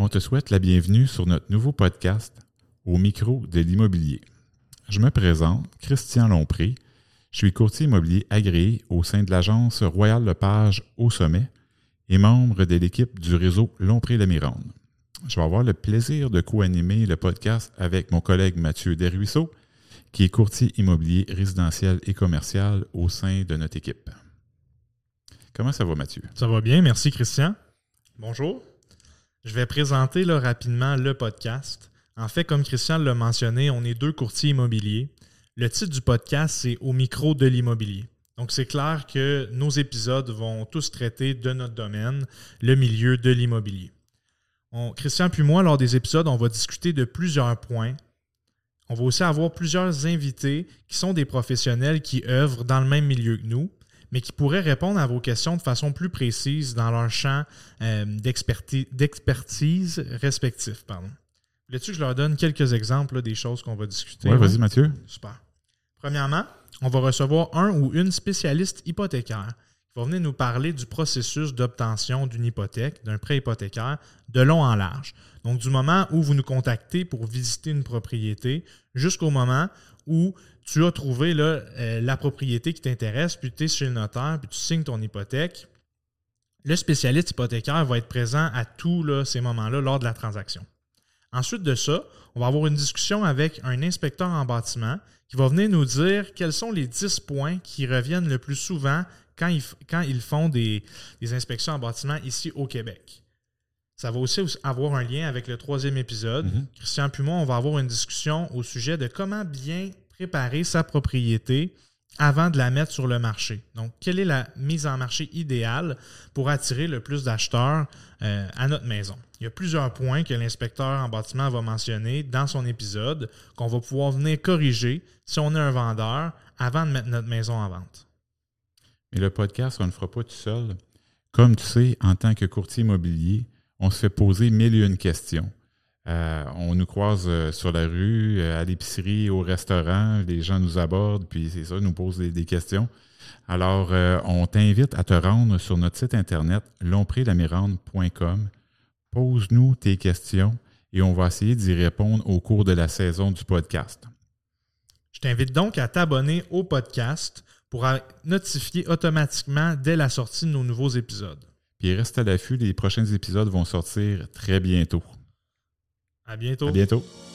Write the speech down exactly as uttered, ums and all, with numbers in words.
on te souhaite la bienvenue sur notre nouveau podcast Au micro de l'immobilier. Je me présente, Christian Lompré. Je suis courtier immobilier agréé au sein de l'agence Royal Lepage au Sommet et membre de l'équipe du réseau Lompré-Lamirande. Je vais avoir le plaisir de co-animer le podcast avec mon collègue Mathieu Desruisseaux, qui est courtier immobilier résidentiel et commercial au sein de notre équipe. Comment ça va, Mathieu? Ça va bien, merci Christian. Bonjour. Je vais présenter là, rapidement le podcast. En fait, comme Christian l'a mentionné, on est deux courtiers immobiliers. Le titre du podcast, c'est « Au micro de l'immobilier ». Donc, c'est clair que nos épisodes vont tous traiter de notre domaine, le milieu de l'immobilier. On, Christian puis moi, lors des épisodes, on va discuter de plusieurs points. On va aussi avoir plusieurs invités qui sont des professionnels qui œuvrent dans le même milieu que nous, mais qui pourraient répondre à vos questions de façon plus précise dans leur champ euh, d'expertise, d'expertise respectif. Pardon. Voulais-tu que je leur donne quelques exemples là, des choses qu'on va discuter? Oui, ouais? Vas-y, Mathieu. Super. Premièrement, on va recevoir un ou une spécialiste hypothécaire qui va venir nous parler du processus d'obtention d'une hypothèque, d'un prêt hypothécaire, de long en large. Donc, du moment où vous nous contactez pour visiter une propriété jusqu'au moment où tu as trouvé là, euh, la propriété qui t'intéresse, puis tu es chez le notaire, puis tu signes ton hypothèque. Le spécialiste hypothécaire va être présent à tous là, ces moments-là lors de la transaction. Ensuite de ça, on va avoir une discussion avec un inspecteur en bâtiment qui va venir nous dire quels sont les dix points qui reviennent le plus souvent quand ils, quand ils font des, des inspections en bâtiment ici au Québec. Ça va aussi avoir un lien avec le troisième épisode. Mm-hmm. Christian puis moi, on va avoir une discussion au sujet de comment bien préparer sa propriété avant de la mettre sur le marché. Donc, quelle est la mise en marché idéale pour attirer le plus d'acheteurs euh, à notre maison? Il y a plusieurs points que l'inspecteur en bâtiment va mentionner dans son épisode qu'on va pouvoir venir corriger si on est un vendeur avant de mettre notre maison en vente. Mais le podcast, on ne le fera pas tout seul. Comme tu sais, en tant que courtier immobilier, on se fait poser mille et une questions. Euh, on nous croise euh, sur la rue, euh, à l'épicerie, au restaurant, les gens nous abordent, puis c'est ça, nous posent des, des questions. Alors, euh, on t'invite à te rendre sur notre site internet lompré lamirande point com. Pose-nous tes questions et on va essayer d'y répondre au cours de la saison du podcast. Je t'invite donc à t'abonner au podcast pour être notifié automatiquement dès la sortie de nos nouveaux épisodes. Puis reste à l'affût, les prochains épisodes vont sortir très bientôt. À bientôt. À bientôt.